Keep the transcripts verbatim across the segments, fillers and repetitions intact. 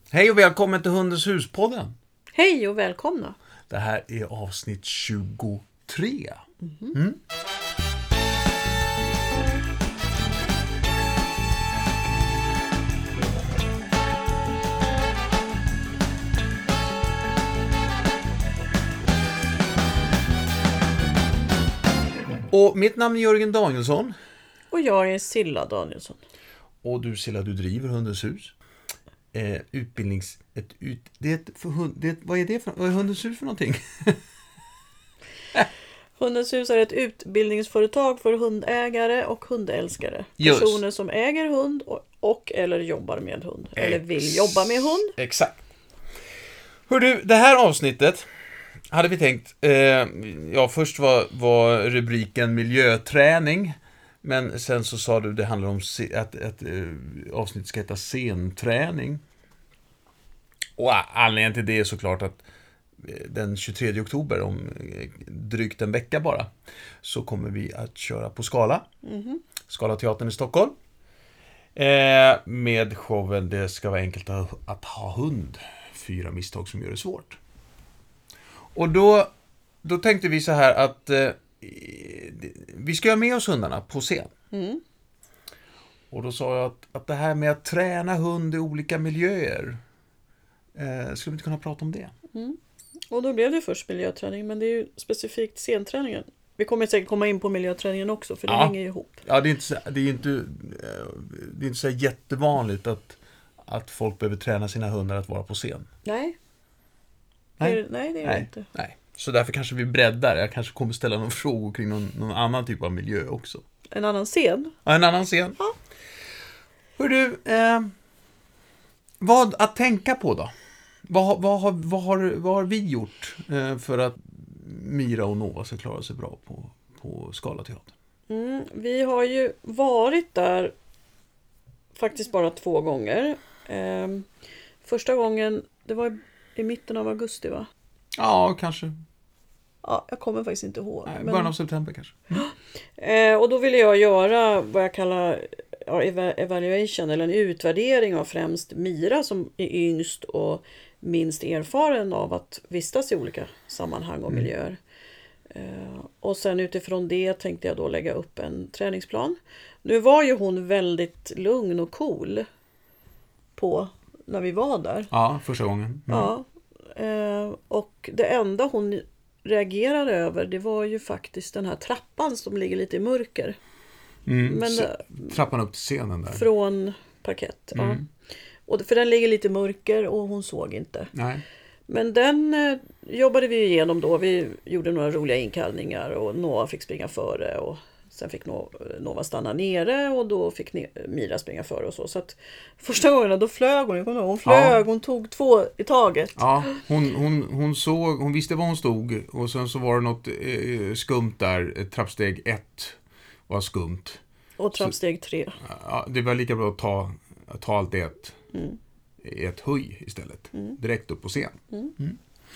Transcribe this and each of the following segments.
Hej och välkommen till Hundens hus-podden. Hej och välkomna. Det här är avsnitt tjugotre. Mm-hmm. Mm. Och mitt namn är Jörgen Danielsson. Och jag är Silla Danielsson. Och du Silla, du driver Hundens hus. Eh, utbildnings... Ett ut, det är ett, för hund, det är ett, vad är det för, vad är Hundens hus för någonting? Hundens hus är ett utbildningsföretag för hundägare och hundälskare. Just. Personer som äger hund och, och eller jobbar med hund. Ex- eller vill jobba med hund. Exakt. Hör du, det här avsnittet hade vi tänkt... Eh, ja, först var, var rubriken miljöträning. Men sen så sa du det handlar om se, att, att uh, avsnittet ska heta scenträning. Och anledningen till det är såklart att den tjugotredje oktober, om drygt en vecka bara, så kommer vi att köra på Skala. Mm-hmm. Skala teatern i Stockholm. Eh, med showen Det ska vara enkelt att, att ha hund. Fyra misstag som gör det svårt. Och då, då tänkte vi så här att eh, vi ska ha med oss hundarna på scen. Mm. Och då sa jag att, att det här med att träna hund i olika miljöer, eh, skulle vi inte kunna prata om det? Mm. Och då blev det först miljöträning, men det är ju specifikt scenträningen. Vi kommer säkert komma in på miljöträningen också, för det ja. hänger ju ihop. Ja, det är inte så, det är inte, det är inte så jättevanligt att, att folk behöver träna sina hundar att vara på scen. Nej. Nej, det är, nej, det är nej, det inte. Nej. Så därför kanske vi breddar. Jag kanske kommer ställa någon fråga kring någon, någon annan typ av miljö också. En annan scen? Ja, en annan scen. Ja. Hör du, eh, vad att tänka på då? Vad, vad, har, vad, har, vad har vi gjort eh, för att Mira och Nova ska klara sig bra på, på Skala teater? Mm, vi har ju varit där faktiskt bara två gånger. Eh, första gången, det var i mitten av augusti, va? Ja, kanske. Ja, jag kommer faktiskt inte ihåg. Nej, men... början av september kanske. Mm. Eh, och då ville jag göra vad jag kallar ja, evaluation, eller en utvärdering av främst Mira som är yngst och minst erfaren av att vistas i olika sammanhang och miljöer. Eh, och sen utifrån det tänkte jag då lägga upp en träningsplan. Nu var ju hon väldigt lugn och cool på när vi var där. Ja, första gången. Mm. Ja, eh, och det enda hon reagerade över, det var ju faktiskt den här trappan som ligger lite i mörker. Mm, Men, trappan upp till scenen där. Från parkett, mm. ja. Och för den ligger lite i mörker och hon såg inte. Nej. Men den eh, jobbade vi igenom då. Vi gjorde några roliga inkallningar och Nova fick springa före och sen fick Nova stanna nere och då fick Mira springa före och så. Så att första gången då flög hon. Hon flög, ja. Hon tog två i taget. Ja, hon, hon, hon såg, hon visste var hon stod och sen så var det något eh, skumt där. Trappsteg ett var skumt. Och trappsteg tre. Ja, det var lika bra att ta, ta allt i ett, mm. ett höj istället. Mm. Direkt upp på scen. Mm. Mm.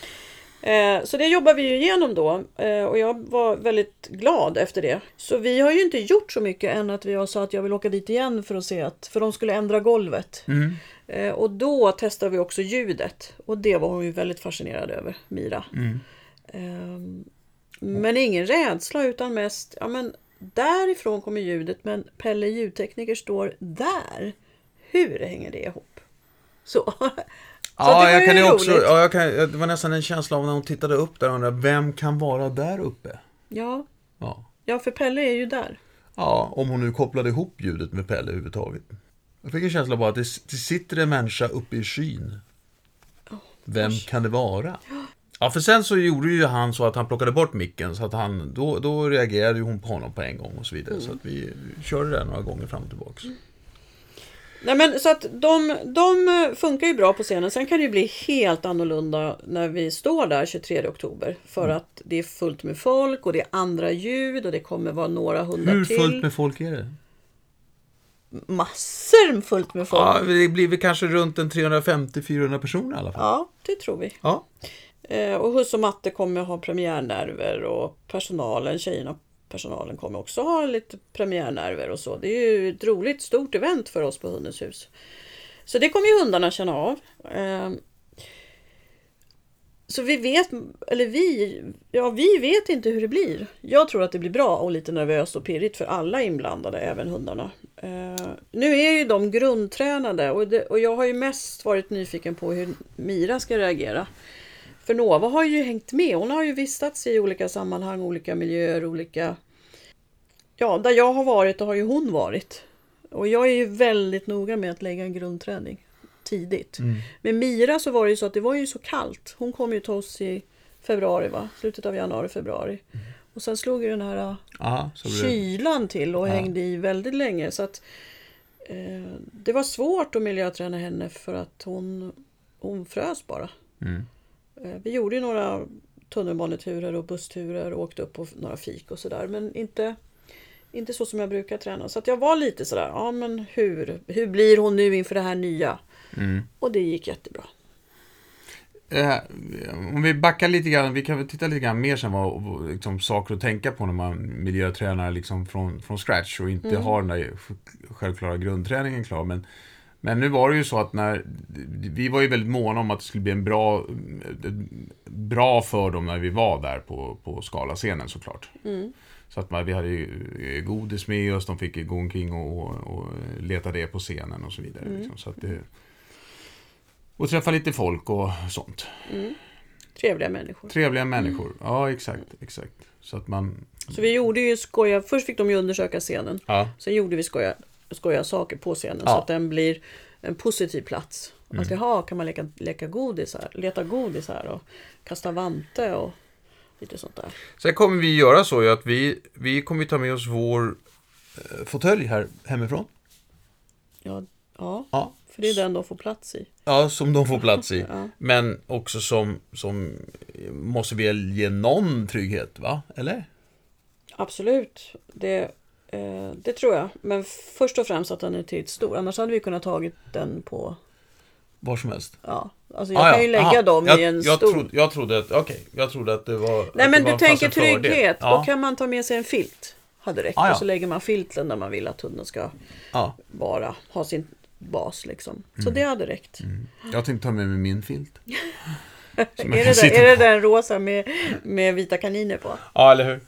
Eh, så det jobbar vi ju igenom då. Eh, och jag var väldigt glad efter det. Så vi har ju inte gjort så mycket än att vi har sagt att jag vill åka dit igen för att se att, för de skulle ändra golvet. Mm. Eh, och då testade vi också ljudet. Och det var hon ju väldigt fascinerad över, Mira. Mm. Eh, men ingen rädsla utan mest, ja men därifrån kommer ljudet, men Pelle ljudtekniker står där. Hur hänger det ihop? Så. Så ja, det jag kan ju också, roligt. ja, jag kan, det var nästan en känsla av när hon tittade upp där och undrade, vem kan vara där uppe? Ja. Ja. Ja, för Pelle är ju där. Ja, om hon nu kopplade ihop ljudet med Pelle överhuvudtaget. Jag fick en känsla bara att det, det sitter en människa uppe i skyn. Oh, vem gosh. kan det vara? Ja, för sen så gjorde ju han så att han plockade bort micken så att han, då, då reagerade ju hon på honom på en gång och så vidare. Mm. Så att vi körde det några gånger fram och tillbaka. Mm. Nej, men så att de, de funkar ju bra på scenen. Sen kan det ju bli helt annorlunda när vi står där tjugotredje oktober. För mm. att det är fullt med folk och det är andra ljud och det kommer vara några hundar Hur till. Hur fullt med folk är det? Massor fullt med folk. Ja, det blir väl kanske runt en trehundrafemtio till fyrahundra personer i alla fall. Ja, det tror vi. Ja. Eh, och Hus och Matte kommer ha premiärnerver och personalen, tjejerna personalen kommer också ha lite premiärnerver och så. Det är ju ett roligt stort event för oss på Hundens hus. Så det kommer ju hundarna känna av. Eh, så vi vet, eller vi, ja vi vet inte hur det blir. Jag tror att det blir bra och lite nervöst och pirrigt för alla inblandade, även hundarna. Eh, nu är ju de grundtränade och, det, och jag har ju mest varit nyfiken på hur Mira ska reagera. För Nova har ju hängt med. Hon har ju vistats i olika sammanhang, olika miljöer, olika... Ja, där jag har varit och har ju hon varit. Och jag är ju väldigt noga med att lägga en grundträning tidigt. Mm. Med Mira så var det ju så att det var ju så kallt. Hon kom ju till oss i februari, va? Slutet av januari, februari. Mm. Och sen slog ju den här Aha, så kylan till och ja. hängde i väldigt länge. Så att eh, det var svårt att miljöträna henne för att hon, hon frös bara. Mm. Eh, vi gjorde ju några tunnelbaneturer och bussturer och åkte upp på några fik och sådär. Men inte... Inte så som jag brukar träna. Så att jag var lite sådär, ja men hur, hur blir hon nu inför det här nya? Mm. Och det gick jättebra. Eh, om vi backar lite grann, vi kan väl titta lite grann mer sen vad liksom, saker att tänka på när man miljötränar liksom från, från scratch och inte mm. har den där självklara grundträningen klar. Men, men nu var det ju så att när vi var ju väldigt måna om att det skulle bli en bra, bra för dem när vi var där på, på Skala-scenen såklart. Mm. Så att man, vi hade ju godis med oss, de fick gå omkring och, och leta det på scenen och så vidare. Mm. Liksom. Så att det, och träffa lite folk och sånt. Mm. Trevliga människor. Trevliga människor, mm. ja exakt, exakt. Så att man... Så vi gjorde ju skoja, först fick de ju undersöka scenen. Ja. Sen gjorde vi skoja, skoja saker på scenen ja. Så att den blir en positiv plats. Mm. Att jaha, kan man leka, leka godis här, leta godis här och kasta vante och... lite sånt där. Sen kommer vi göra så att vi, vi kommer ta med oss vår eh, fåtölj här hemifrån. Ja, ja, ja, för det är den de får plats i. Ja, som de får plats i. Ja. Men också som, som måste väl ge någon trygghet, va? Eller? Absolut. Det, eh, det tror jag. Men först och främst att den är tillräckligt stor. Annars hade vi kunnat tagit den på... var som helst. Ja, alltså jag ah, kan ju lägga Aha. dem jag, i en jag stor... Trodde, jag trodde att, okej, okay, jag trodde att det var... Nej, men du var tänker trygghet. Ja. Då kan man ta med sig en filt. Hade räckt. Ah, ja. Och så lägger man filten där man vill att hunden ska ah. vara, ha sin bas liksom. Så mm. det hade räckt. Mm. Jag tänkte ta med mig min filt. är, det där, är det den rosa med, med vita kaniner på? Ja, eller hur?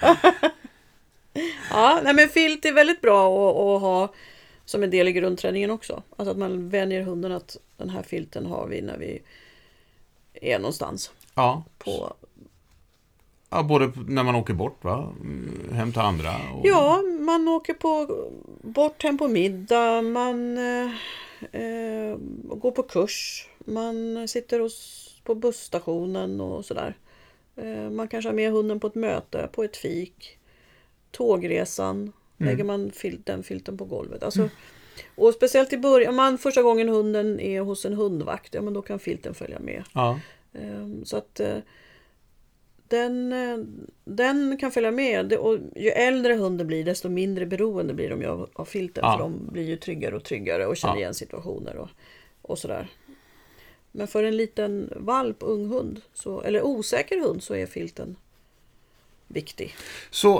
Ja, nej, men filt är väldigt bra att, att ha som en del i grundträningen också. Alltså att man vänjer hunden att den här filten har vi när vi är någonstans. Ja. På... ja, både när man åker bort, va? Hem till andra. Och... ja, man åker på, bort hem på middag. Man eh, eh, går på kurs. Man sitter hos, på busstationen och sådär. Eh, man kanske har med hunden på ett möte, på ett fik. Tågresan. Mm. Lägger man fil- den filten på golvet. Alltså, mm. Och speciellt i början, man första gången hunden är hos en hundvakt, ja men då kan filten följa med. Ja. Um, så att uh, den, uh, den kan följa med. Det, och ju äldre hunden blir, desto mindre beroende blir de av, av filten. Ja. För de blir ju tryggare och tryggare och känner ja. igen situationer och, och sådär. Men för en liten valp, ung hund, så, eller osäker hund, så är filten viktig. Så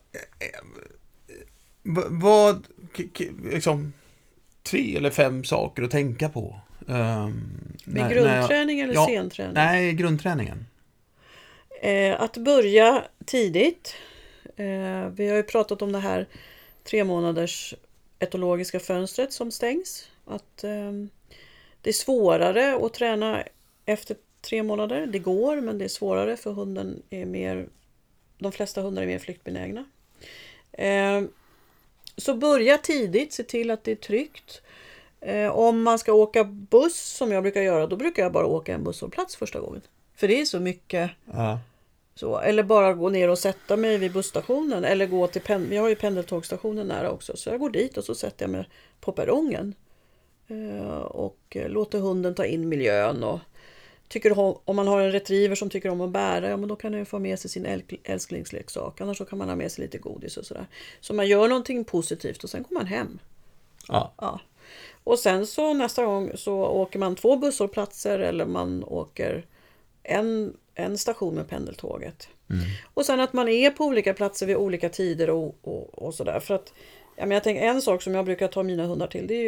vad liksom tre eller fem saker att tänka på um, med när, grundträning när jag, eller ja, senträning? Nej, grundträningen. Eh, att börja tidigt. Eh, vi har ju pratat om det här tre månaders etologiska fönstret som stängs. Att eh, det är svårare att träna efter tre månader. Det går, men det är svårare för hunden är mer, de flesta hundar är mer flyktbenägna. Eh, så börja tidigt, se till att det är tryggt. Eh, om man ska åka buss som jag brukar göra, då brukar jag bara åka en busshållplats första gången. För det är så mycket. Ja. Så, eller bara gå ner och sätta mig vid busstationen. Eller gå till pen- vi har ju pendeltågstationen nära också. Så jag går dit och så sätter jag mig på perrongen. Eh, och låter hunden ta in miljön. Och tycker om man har en retriever som tycker om att bära, ja men då kan den få med sig sin äl- älsklingsleksak. Annars så kan man ha med sig lite godis och sådär. Så man gör någonting positivt och sen går man hem. Ja. Ja. Och sen så nästa gång så åker man två busshållplatser eller man åker en, en station med pendeltåget. Mm. Och sen att man är på olika platser vid olika tider och, och, och sådär. För att, ja, men jag tänker en sak som jag brukar ta mina hundar till, det är ju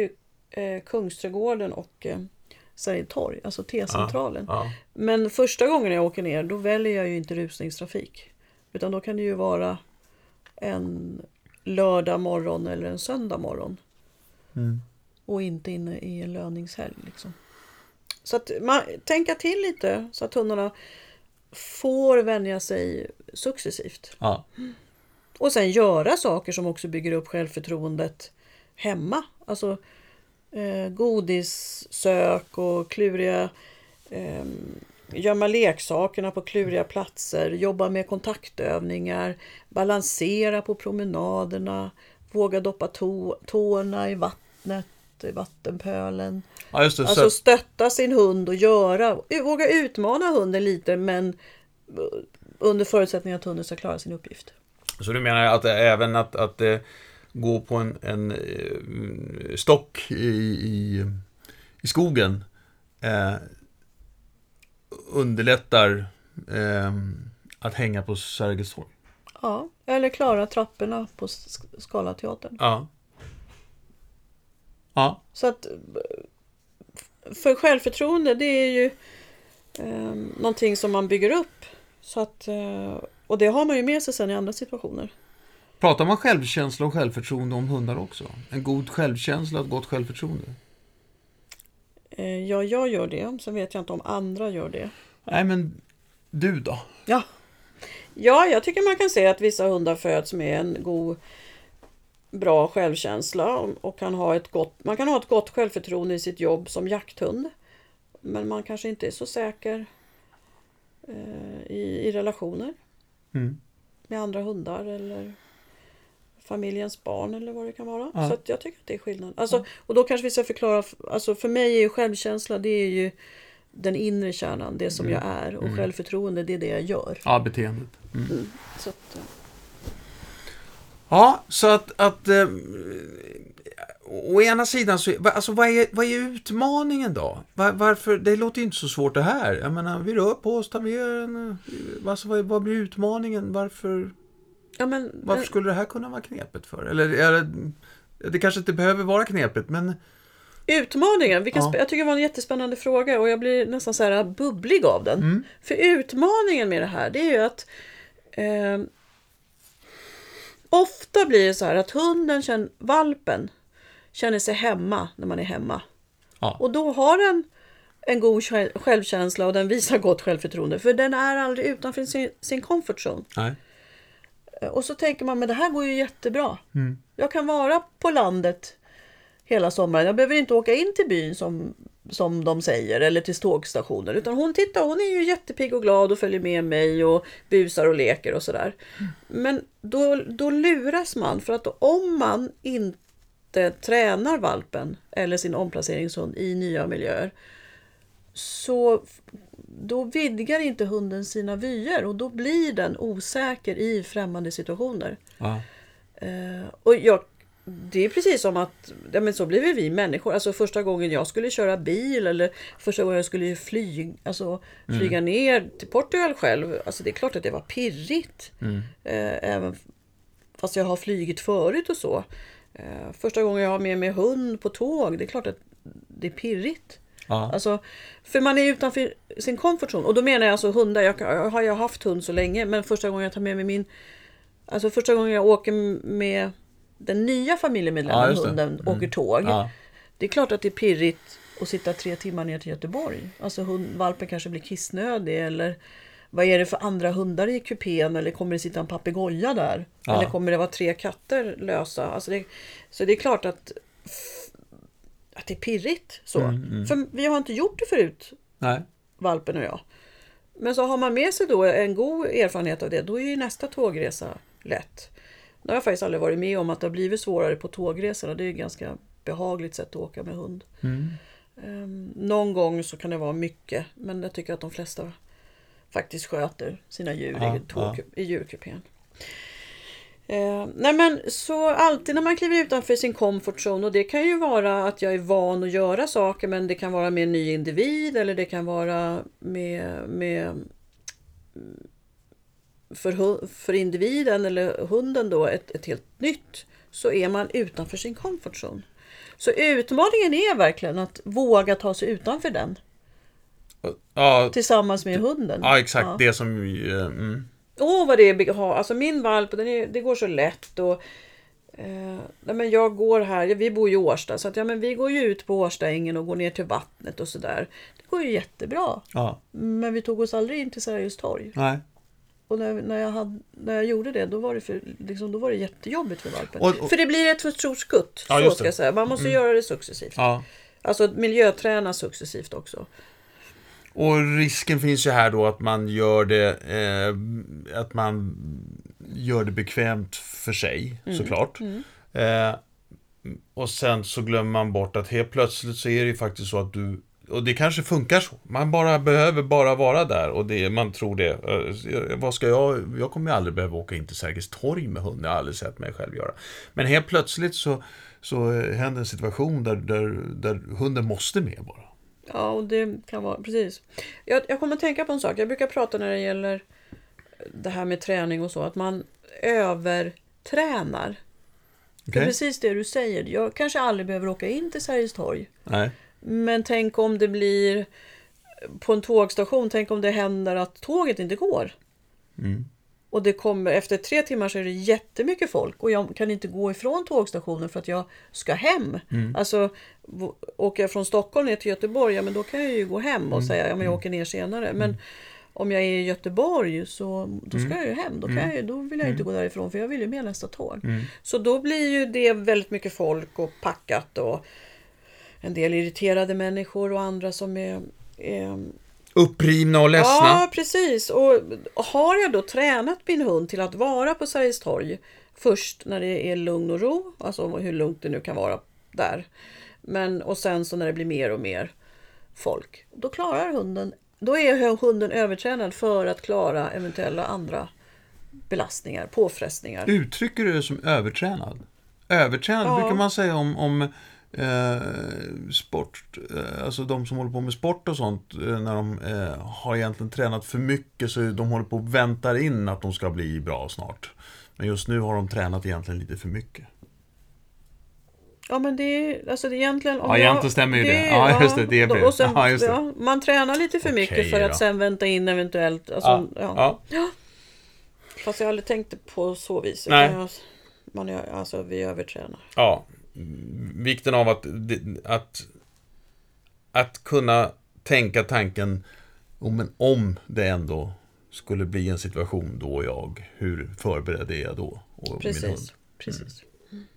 eh, Kungsträdgården och eh, Sergeltorg, alltså T-centralen. Ja, ja. Men första gången jag åker ner, då väljer jag ju inte rusningstrafik. Utan då kan det ju vara en lördag morgon eller en söndag morgon. Mm. Och inte inne i en löningshelg. Liksom. Så att man tänka till lite så att hundarna får vänja sig successivt. Ja. Och sen göra saker som också bygger upp självförtroendet hemma. Alltså eh, godissök och kluriga... Eh, gömma leksakerna på kluriga platser. Jobba med kontaktövningar. Balansera på promenaderna. Våga doppa tå, tårna i vattnet. I vattenpölen. Ja, just det, alltså så... stötta sin hund och göra. Våga utmana hunden lite, men under förutsättning att hunden ska klara sin uppgift. Så du menar att även att, att eh, gå på en, en eh, stock i, i, i skogen eh, underlättar eh, att hänga på Sergels torg? Ja, eller klara trapporna på Scalateatern. Ja. Ja. Så att för självförtroende, det är ju eh, någonting som man bygger upp. Så att, eh, och det har man ju med sig sen i andra situationer. Pratar man självkänsla och självförtroende om hundar också? En god självkänsla och ett gott självförtroende? Eh, ja, jag gör det. Sen vet jag inte om andra gör det. Nej, men du då? Ja. Ja, jag tycker man kan se att vissa hundar föds med en god, bra självkänsla och kan ha ett gott, man kan ha ett gott självförtroende i sitt jobb som jakthund. Men man kanske inte är så säker eh, i, i relationer Mm. med andra hundar eller familjens barn eller vad det kan vara. Ja. Så att jag tycker att det är skillnad. Alltså, och då kanske vi ska förklara, alltså för mig är ju självkänsla, det är ju den inre kärnan, det som Mm. jag är. Och Mm. självförtroende, det är det jag gör. Ja, beteendet. Mm. Mm. Så att, Ja, så att, att eh, å ena sidan så, alltså vad är, vad är utmaningen då? Var, varför, det låter ju inte så svårt det här. Jag menar, vi rör på oss, tar vi en, alltså, vad, vad blir utmaningen? Varför, ja, men, varför skulle det här kunna vara knepet för? Eller är det, det kanske inte behöver vara knepet, men... Utmaningen, vilken, Ja. jag tycker det var en jättespännande fråga och jag blir nästan så här bubblig av den. Mm. För utmaningen med det här, det är ju att eh, ofta blir det så här att hunden, känner, valpen, känner sig hemma när man är hemma. Ja. Och då har den en god själv- självkänsla och den visar gott självförtroende. För den är aldrig utanför sin, sin comfort zone. Nej. Och så tänker man, men det här går ju jättebra. Mm. Jag kan vara på landet hela sommaren. Jag behöver inte åka in till byn som, som de säger. Eller till tågstationer. Utan hon tittar, hon är ju jättepigg och glad och följer med mig och busar och leker och sådär. Mm. Men då, då luras man. För att om man inte tränar valpen eller sin omplaceringshund i nya miljöer, så då vidgar inte hunden sina vyer och då blir den osäker i främmande situationer. Ja. Eh, och jag, det är precis som att, ja, men så blir vi, vi människor. Alltså första gången jag skulle köra bil eller första gången jag skulle flyga, alltså flyga mm. ner till Portugal själv. Alltså det är klart att det var pirrigt. Mm. Eh, även fast jag har flygit förut och så. Eh, första gången jag har med mig hund på tåg, det är klart att det är pirrigt. Ja. Alltså, för man är utanför sin comfort zone. Och då menar jag alltså hundar, jag, jag har ju haft hund så länge, men första gången jag tar med mig min, alltså första gången jag åker med den nya familjemedlemmen, ja, hunden, mm. åker tåg. Ja. Det är klart att det är pirrigt att sitta tre timmar ner till Göteborg. Alltså hund, valpen kanske blir kissnödig, eller vad är det för andra hundar i kupén, eller kommer det sitta en papegoja där? Ja. Eller kommer det vara tre katter lösa? Alltså det, så det är klart att att det är pirrigt så. Mm, mm. För vi har inte gjort det förut. Nej. Valpen och jag. Men så har man med sig då en god erfarenhet av det, då är ju nästa tågresa lätt. Nu har jag faktiskt aldrig varit med om att det har blivit svårare på tågresorna. Det är ett ganska behagligt sätt att åka med hund. Mm. Um, någon gång så kan det vara mycket, men jag tycker att de flesta faktiskt sköter sina djur ja, i, tåg, ja. i djurkupén. Eh, nej men så alltid när man kliver utanför sin comfort zone, och det kan ju vara att jag är van att göra saker, men det kan vara med en ny individ, eller det kan vara med, med för, för individen eller hunden då ett, ett helt nytt, så är man utanför sin comfort zone. Så utmaningen är verkligen att våga ta sig utanför den. Ja, Tillsammans med hunden. ja exakt. Ja. Det som... Uh, mm. Åh, vad det är. Alltså min valp, den är, det går så lätt. Och, eh, nej, men jag går här, vi bor i Årsta. Så att, ja, men vi går ju ut på Årstaängen och går ner till vattnet och sådär. Det går ju jättebra. Ja. Men vi tog oss aldrig in till Sergels torg. Nej. Och när, när, jag hade, när jag gjorde det, då var det, för, liksom, då var det jättejobbigt för valpen. Och, och, för det blir ett för stort skutt, ja, så just ska det. jag säga. Man måste Mm. göra det successivt. Ja. Alltså miljöträna successivt också. Och risken finns ju här då att man gör det eh, att man gör det bekvämt för sig, Mm. såklart. Mm. Eh, och sen så glömmer man bort att helt plötsligt så är det ju faktiskt så att du, och det kanske funkar så. Man bara behöver bara vara där och det, man tror det. Eh, vad ska jag, jag kommer ju aldrig behöva åka in till Sergels torg med hund, jag har aldrig sett mig själv göra. Men helt plötsligt så, så händer en situation där, där, där hunden måste med bara. Ja, och det kan vara, precis. Jag, jag kommer att tänka på en sak. Jag brukar prata när det gäller det här med träning och så. Att man övertränar. Det Okay. är precis det du säger. Jag kanske aldrig behöver åka in till Sergels torg. Nej. Men tänk om det blir på en tågstation. Tänk om det händer att tåget inte går. Mm. Och det kommer, efter tre timmar så är det jättemycket folk. Och jag kan inte gå ifrån tågstationen för att jag ska hem. Mm. Alltså, v- åker jag från Stockholm ner till Göteborg, ja men då kan jag ju gå hem och mm. säga, ja men jag åker ner senare. Men mm. om jag är i Göteborg så då ska mm. jag ju hem. Då, kan jag, då vill jag inte gå därifrån för jag vill ju med nästa tåg. Mm. Så då blir ju det väldigt mycket folk och packat och en del irriterade människor och andra som är... är upprivna och ledsna. Ja, precis. Och har jag då tränat min hund till att vara på Sergels torg först när det är lugn och ro, alltså hur lugnt det nu kan vara där. Men och sen så när det blir mer och mer folk, då klarar hunden, då är hunden övertränad för att klara eventuella andra belastningar, påfrestningar. Uttrycker du det som övertränad? Övertränad Ja. brukar man säga om, om Eh, sport, eh, alltså de som håller på med sport och sånt, eh, när de eh, har egentligen tränat för mycket så de håller på och väntar in att de ska bli bra snart. Men just nu har de tränat egentligen lite för mycket. Ja, men det är alltså det är egentligen om ja, egentligen jag, stämmer ju det. det. Ja, just det, det är och sen, ja, just det. Ja, man tränar lite för mycket Okej, för då. att sen vänta in eventuellt alltså, ja, ja. Ja. Ja. Fast jag aldrig tänkte på så vis. Nej. Jag, man är, alltså vi övertränar. Ja. Vikten av att, att att kunna tänka tanken om, men om det ändå skulle bli en situation då jag, hur förberedd är jag då? Och precis, min hund. precis. Mm.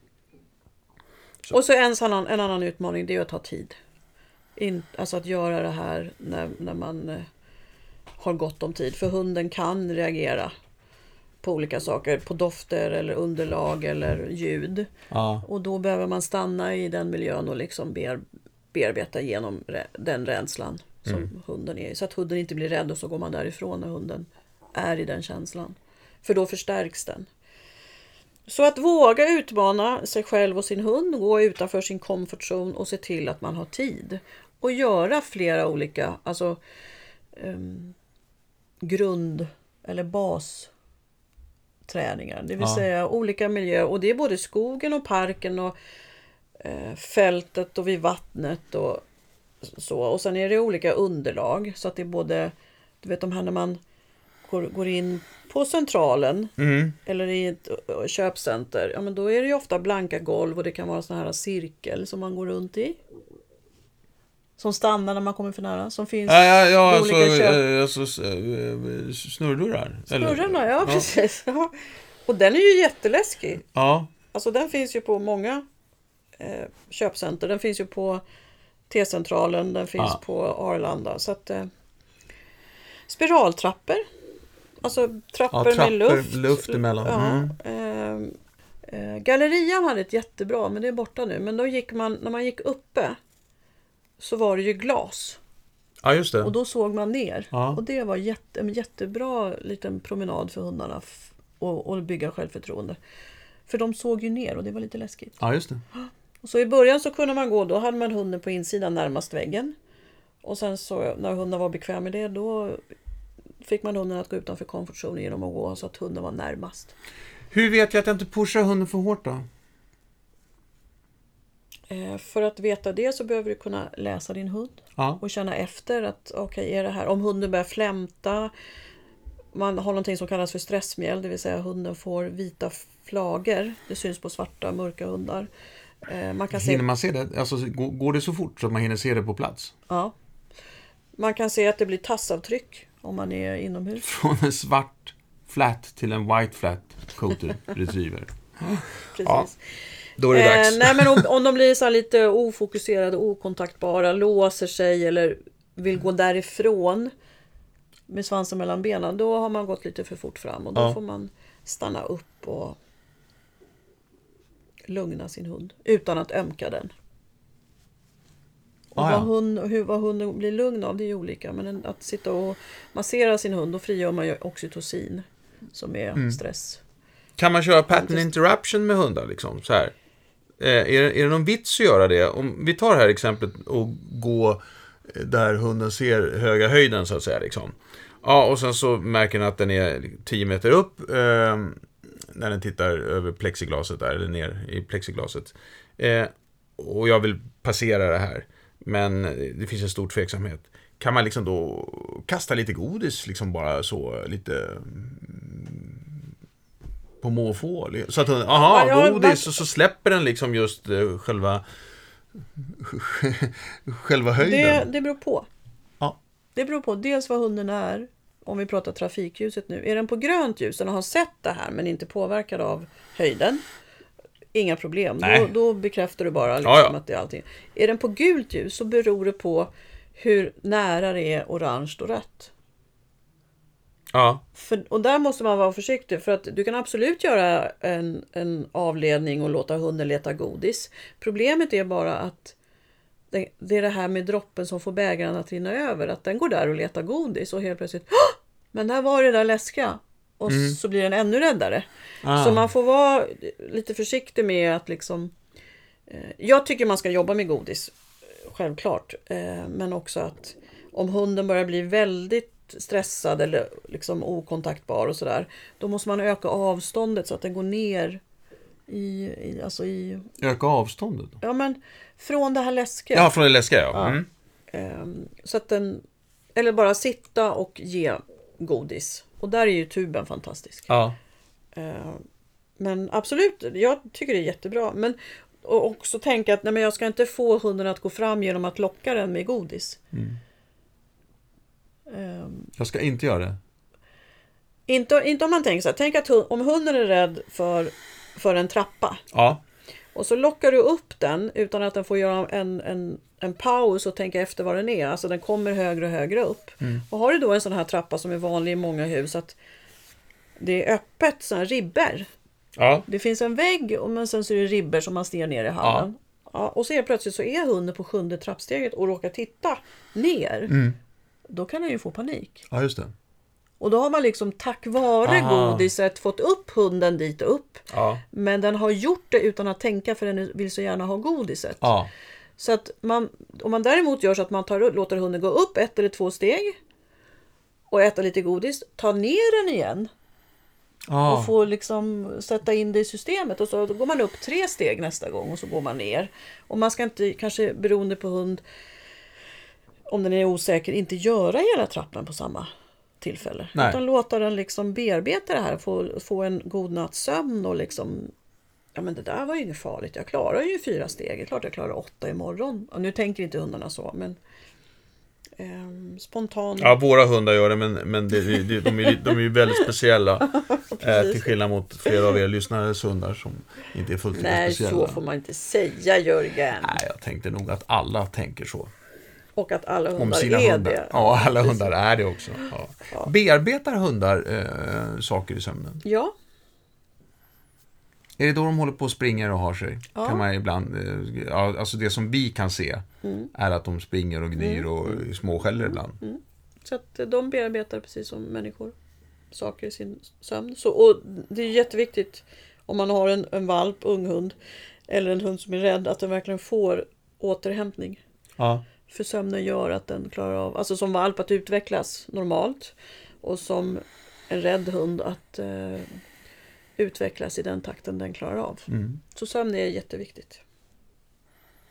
Och så en annan, en annan utmaning, det är att ta tid. In, alltså att göra det här när, när man eh, har gott om tid. För hunden kan reagera på olika saker, på dofter eller underlag eller ljud. Ja. Och då behöver man stanna i den miljön och liksom bear, bearbeta igenom den rädslan som mm. hunden är i. Så att hunden inte blir rädd och så går man därifrån när hunden är i den känslan. För då förstärks den. Så att våga utmana sig själv och sin hund, gå utanför sin comfort zone och se till att man har tid. Och göra flera olika, alltså um, grund- eller bas träningar, det vill ja. säga olika miljöer, och det är både skogen och parken och eh, fältet och vid vattnet och så, och sen är det olika underlag så att det är både, du vet de här när man går, går in på centralen mm. eller i ett köpcenter, ja men då är det ju ofta blanka golv och det kan vara såna här cirkel som man går runt i. Som stannar när man kommer för nära. Som finns ja, ja, ja alltså, köp... alltså snurrdörrar. Snurrarna, ja, ja precis. Ja. Och den är ju jätteläskig. Ja. Alltså den finns ju på många eh, köpcenter. Den finns ju på T-centralen. Den finns ja. på Arlanda. Så att, eh, spiraltrappor. Alltså trappor, ja, trappor med luft. luft emellan. Mm. Ja, eh, eh, Gallerian hade ett jättebra, men det är borta nu. Men då gick man, när man gick uppe så var det ju glas. Ja, just det. Och då såg man ner. Ja. Och det var jätte, en jättebra liten promenad för hundarna f- och, och bygga självförtroende. För de såg ju ner och det var lite läskigt. Ja, just det. Och så i början så kunde man gå, då hade man hunden på insidan närmast väggen. Och sen så när hunden var bekväm med det, då fick man hunden att gå utanför komfortzonen genom att gå så att hunden var närmast. Hur vet jag att jag inte pushar hunden för hårt då? Eh, för att veta det så behöver du kunna läsa din hund. Ja. Och känna efter att okej, okay, är det här, om hunden börjar flämta, man har någonting som kallas för stressmjäll, det vill säga hunden får vita flagor, det syns på svarta, mörka hundar. Eh, man kan Hinner se, man se det? Alltså, går går det så fort så att man hinner se det på plats? ja. Man kan se att det blir tassavtryck om man är inomhus. Från en svart flat till en white flat coated retriever. Precis. Ja, då är det dags. Eh, nej, men om, om de blir så här lite ofokuserade, okontaktbara, låser sig eller vill gå därifrån med svansen mellan benen, då har man gått lite för fort fram och då Ja. får man stanna upp och lugna sin hund utan att ömka den. Och Ah, ja. vad, hund, hur, vad hunden blir lugn av, det är ju olika. Men en, att sitta och massera sin hund, då frigör man ju oxytocin som är Mm. stress. Kan man köra pattern interruption med hundar liksom? Så här. Eh, är, det- är det någon vits att göra det? Om vi tar det här exemplet och gå där hunden ser höga höjden så att säga liksom. Ja, och sen så märker den att den är tio meter upp eh, när den tittar över plexiglaset där, eller ner i plexiglaset. Eh, och jag vill passera det här, men det finns en stor tveksamhet. Kan man liksom då kasta lite godis liksom bara så lite mm, på måfå? Så att den, aha, Ja, ja, godis, man- och så släpper den liksom just eh, själva själva höjden. Det, det beror på. Ja. Det beror på dels vad hunden är. Om vi pratar trafikljuset nu. Är den på grönt ljus, den har sett det här men inte påverkad av höjden. Inga problem. Nej. Då, då bekräftar du bara liksom Ja, ja. att det är allting. Är den på gult ljus så beror det på hur nära det är orange och rött. Ja. För, och där måste man vara försiktig, för att du kan absolut göra en, en avledning och låta hunden leta godis. Problemet är bara att det, det är det här med droppen som får bägaren att rinna över. Att den går där och letar godis och helt plötsligt, "Åh! Men där var det där läskiga." Och Mm. så blir den ännu räddare. Ah. Så man får vara lite försiktig med att liksom... Eh, jag tycker man ska jobba med godis, självklart. Eh, men också att om hunden börjar bli väldigt stressad eller liksom okontaktbar och sådär, då måste man öka avståndet så att den går ner i, i, alltså i Öka avståndet. ja men från det här läskiga. Ja, från det läskiga, ja. Ja. Mm. Ehm, så att den, eller bara sitta och ge godis. Och där är ju tuben fantastisk. Ja. Ehm, men absolut, jag tycker det är jättebra. Men och också tänka att nej, men jag ska inte få hunden att gå fram genom att locka den med godis. Mm. Ehm, Jag ska inte göra det. inte, inte om man tänker så här, tänk att hu- om hunden är rädd för, för en trappa. Ja. Och så lockar du upp den utan att den får göra en, en, en paus och tänka efter vad den är. Alltså den kommer högre och högre upp. Mm. Och har du då en sån här trappa som är vanlig i många hus, att det är öppet, såna här ribbor. Ja. Det finns en vägg och men sen så är det ribbor som man ser ner i hallen. Ja, och så är plötsligt så är hunden på sjunde trappsteget och råkar titta ner. Mm. Då kan den ju få panik. Ja, just det. Och då har man liksom tack vare Aha. godiset fått upp hunden dit upp. Ja. Men den har gjort det utan att tänka, för den vill så gärna ha godiset. Ja. Så att man, om man däremot gör så att man tar, låter hunden gå upp ett eller två steg och äta lite godis, ta ner den igen Ja. och få liksom sätta in det i systemet, och så då går man upp tre steg nästa gång och så går man ner. Och man ska inte, kanske beroende på hund, om den är osäker, inte göra hela trappan på samma tillfälle. Nej. Utan låta den liksom bearbeta det här, få, få en god natts sömn och liksom, ja men det där var ju inget farligt, jag klarar ju fyra steg, det är klart jag klarar åtta imorgon. Och nu tänker inte hundarna så, men eh, spontan. Ja, våra hundar gör det, men, men det, det, de, är, de är ju väldigt speciella. eh, till skillnad mot flera av er lyssnares hundar som inte är fullt lika Nej, speciella. så får man inte säga, Jörgen. Nej, jag tänkte nog att alla tänker så. Och att alla Om hundar sina är hundar. det. Ja, alla precis. hundar är det också. Ja. Ja. Bearbetar hundar eh, saker i sömnen? Ja, Är det då de håller på och springer och har sig? Ja. Kan man ibland, eh, ja, alltså det som vi kan se Mm. är att de springer och gnyr och småskäller ibland. så att de bearbetar precis som människor saker i sin sömn. Så, och det är jätteviktigt om man har en, en valp, unghund eller en hund som är rädd, att den verkligen får återhämtning. Ja. För sömnen gör att den klarar av, alltså som valp att utvecklas normalt, och som en rädd hund att eh, utvecklas i den takten den klarar av. Mm. Så sömn är jätteviktigt.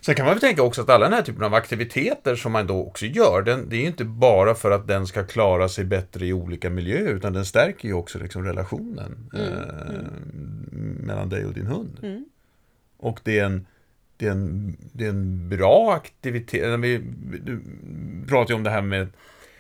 Sen kan man väl tänka också att alla den här typen av aktiviteter som man då också gör, den, det är ju inte bara för att den ska klara sig bättre i olika miljöer, utan den stärker ju också liksom relationen mm. eh, mm. mellan dig och din hund. Mm. Och det är en Det är, en, det är en bra aktivitet. Vi, du pratar ju om det här med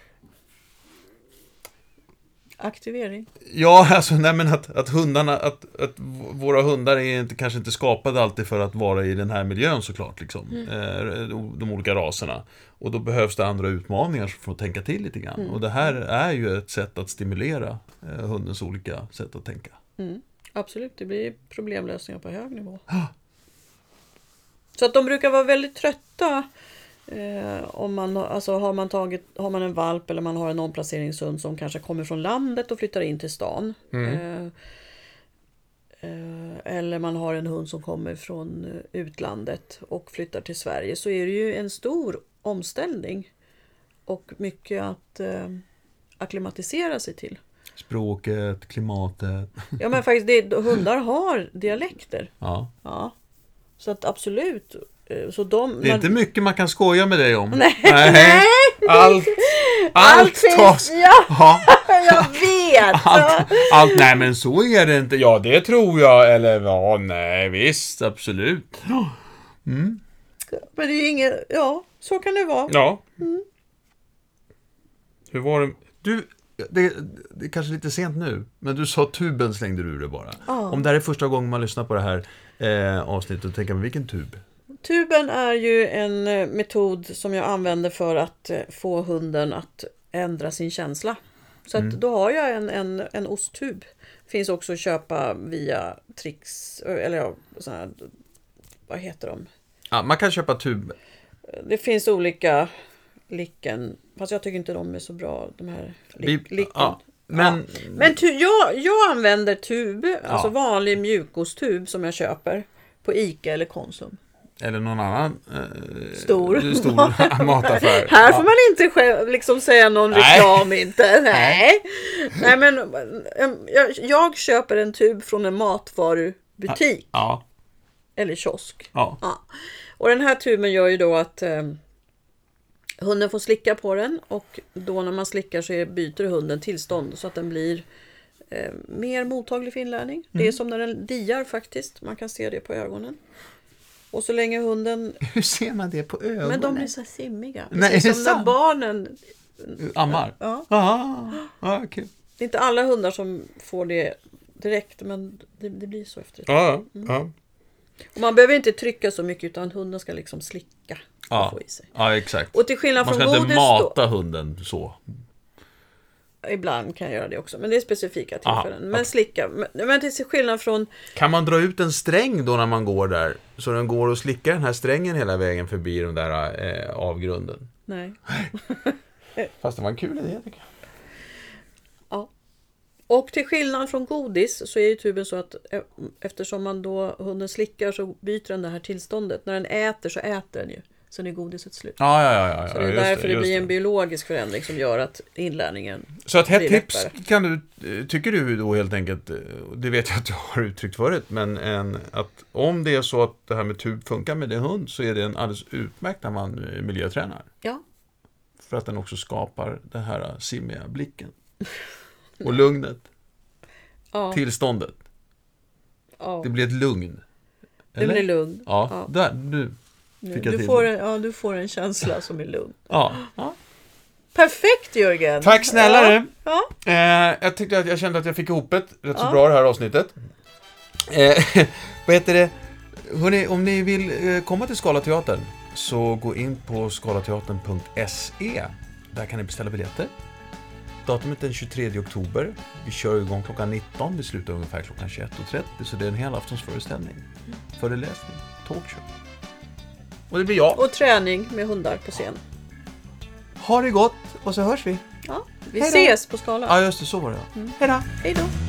aktivering. Ja, alltså nej, men att, att hundarna att, att våra hundar är inte, kanske inte skapade alltid för att vara i den här miljön såklart liksom. Mm. Eh, de olika raserna. Och då behövs det andra utmaningar för att tänka till lite grann. Mm. Och det här är ju ett sätt att stimulera eh, hundens olika sätt att tänka. Mm. Absolut, det blir problemlösningar på hög nivå. Så att de brukar vara väldigt trötta eh, om man, alltså har man tagit, har man en valp eller man har en omplaceringshund som kanske kommer från landet och flyttar in till stan. Mm. Eh, eh, eller man har en hund som kommer från utlandet och flyttar till Sverige, så är det ju en stor omställning och mycket att eh, akklimatisera sig till. Språket, klimatet. Ja, men faktiskt det, hundar har dialekter. Ja. Ja. Så att absolut. Så de, det är när... inte mycket man kan skoja med dig om. Nej. Nej. Allt, allt, allt tas. Ja, ja. Jag vet. Allt, allt, nej men så är det inte. Ja, det tror jag. Eller ja, nej visst, absolut. Mm. Men det är ju inget, ja, så kan det vara. Ja. Mm. Hur var det? Du, det, det är kanske lite sent nu, men du sa tuben slängde du det bara. Ah. Om det här är första gången man lyssnar på det här eh, avsnittet, och tänker man, vilken tub? Tuben är ju en metod som jag använder för att få hunden att ändra sin känsla. Så att mm. då har jag en, en, en osttub. Finns också att köpa via Trix, eller ja, sån här, vad heter de? Ja, man kan köpa tub. Det finns olika licken, fast jag tycker inte de är så bra, de här lick, licken. Ja, men ja. men tu, jag, jag använder tub, ja. Alltså vanlig mjukosttub som jag köper på Ica eller Konsum. Eller någon annan eh, stor, stor mataffär. Här får ja. man inte själv, liksom säga någon reklam. Nej. Inte. Nej. Nej, men jag, jag köper en tub från en matvarubutik. Ja. Eller kiosk. Ja. Ja. Och den här tuben gör ju då att eh, hunden får slicka på den, och då när man slickar så byter hunden tillstånd så att den blir eh, mer mottaglig för inlärning. Mm. Det är som när den diar faktiskt. Man kan se det på ögonen. Och så länge hunden... Hur ser man det på ögonen? Men de blir så simmiga. Nej, är det som sant? När barnen... Ammar? Ja. Aha. Ah, okay. Det är inte alla hundar som får det direkt, men det, det blir så efter ett ja, mm. ja. Och man behöver inte trycka så mycket, utan hunden ska liksom slicka ja. och få i sig. Ja, exakt. Och till skillnad man från ska godis inte mata då, hunden så. Ibland kan jag göra det också, men det är specifika tillfällen. Men okay. slicka, men, men till skillnad från... Kan man dra ut en sträng då när man går där, så den går och slickar den här strängen hela vägen förbi den där eh, avgrunden? Nej. Fast det var en kul idé, tycker jag. Ja. Och till skillnad från godis så är ju tuben så att eftersom man då hunden slickar så byter den det här tillståndet. När den äter så äter den ju. Så är godiset slut. Ja, ja, ja, ja. Så det är därför det, det blir en biologisk förändring som gör att inlärningen så att ett tips lättare. Kan du, tycker du då helt enkelt, det vet jag att du har uttryckt förut, men en, att om det är så att det här med tub funkar med din hund, så är det en alldeles utmärkt när man miljötränar. Ja. För att den också skapar den här simmiga blicken. Och lugnet. Ja. Tillståndet. Ja. Det blir ett lugn. Eller? Det blir lugn. Ja, ja. Där, du fick jag du, till. får en, ja, du får en känsla som är lugn. Ja. Ja. Perfekt, Jörgen. Tack snälla. Ja. Ja. Eh, jag tyckte att jag kände att jag fick ihop ett rätt så ja. bra det här avsnittet. Eh, vad heter det? Hörrni, om ni vill eh, komma till Scalateatern, så gå in på scalateatern punkt se. Där kan ni beställa biljetter. Datumet är den tjugotredje oktober. Vi kör igång klockan nitton. Vi slutar ungefär klockan tjugoett och trettio. Så det är en hel aftonsföreställning. Föreläsning. Talkshow. Och det blir jag. Och träning med hundar på scen. Ha det gott. Och så hörs vi. Ja, vi ses på Skala. Ja, just det. Så var det. Mm. Hej då. Hej då.